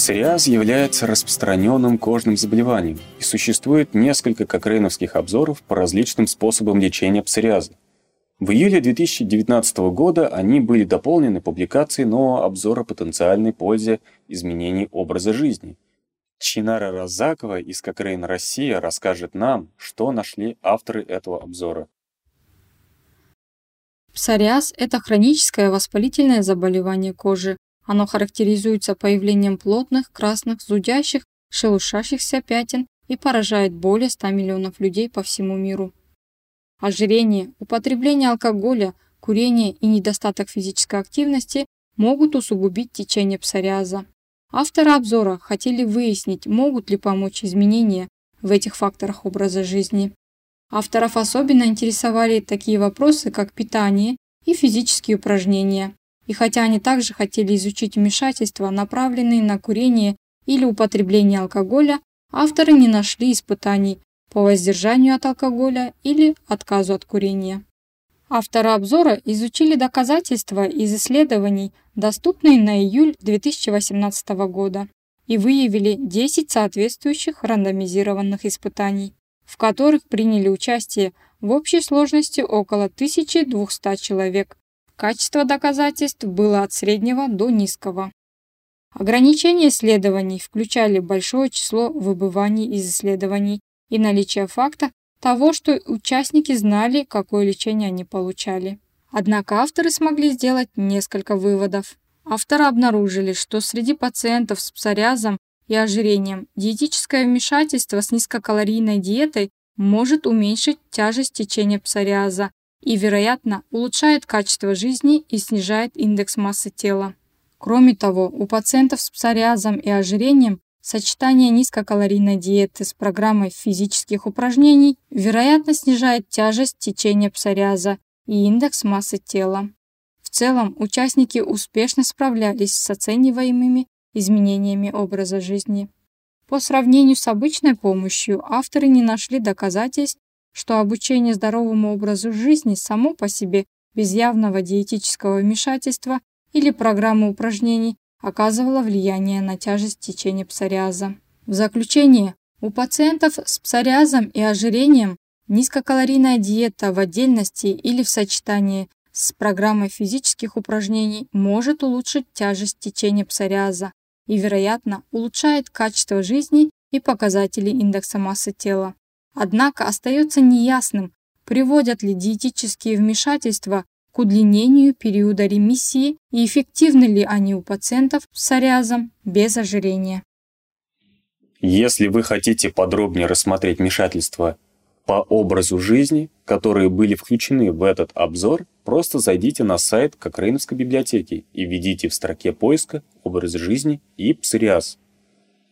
Псориаз является распространенным кожным заболеванием, и существует несколько кокрейновских обзоров по различным способам лечения псориаза. В июле 2019 года они были дополнены публикацией нового обзора потенциальной пользе изменений образа жизни. Чинара Разакова из Cochrane Россия расскажет нам, что нашли авторы этого обзора. Псориаз – это хроническое воспалительное заболевание кожи. Оно характеризуется появлением плотных, красных, зудящих, шелушащихся пятен и поражает более 100 миллионов людей по всему миру. Ожирение, употребление алкоголя, курение и недостаток физической активности могут усугубить течение псориаза. Авторы обзора хотели выяснить, могут ли помочь изменения в этих факторах образа жизни. Авторов особенно интересовали такие вопросы, как питание и физические упражнения. И хотя они также хотели изучить вмешательства, направленные на курение или употребление алкоголя, авторы не нашли испытаний по воздержанию от алкоголя или отказу от курения. Авторы обзора изучили доказательства из исследований, доступные на июль 2018 года, и выявили 10 соответствующих рандомизированных испытаний, в которых приняли участие в общей сложности около 1200 человек. Качество доказательств было от среднего до низкого. Ограничения исследований включали большое число выбываний из исследований и наличие факта того, что участники знали, какое лечение они получали. Однако авторы смогли сделать несколько выводов. Авторы обнаружили, что среди пациентов с псориазом и ожирением диетическое вмешательство с низкокалорийной диетой может уменьшить тяжесть течения псориаза и, вероятно, улучшает качество жизни и снижает индекс массы тела. Кроме того, у пациентов с псориазом и ожирением сочетание низкокалорийной диеты с программой физических упражнений, вероятно, снижает тяжесть течения псориаза и индекс массы тела. В целом, участники успешно справлялись с оцениваемыми изменениями образа жизни. По сравнению с обычной помощью, авторы не нашли доказательств, что обучение здоровому образу жизни само по себе без явного диетического вмешательства или программы упражнений оказывало влияние на тяжесть течения псориаза. В заключение, у пациентов с псориазом и ожирением низкокалорийная диета в отдельности или в сочетании с программой физических упражнений может улучшить тяжесть течения псориаза и, вероятно, улучшает качество жизни и показатели индекса массы тела. Однако остается неясным, приводят ли диетические вмешательства к удлинению периода ремиссии и эффективны ли они у пациентов с псориазом без ожирения. Если вы хотите подробнее рассмотреть вмешательства по образу жизни, которые были включены в этот обзор, просто зайдите на сайт Кокрейновской библиотеки и введите в строке поиска «Образ жизни» и «Псориаз».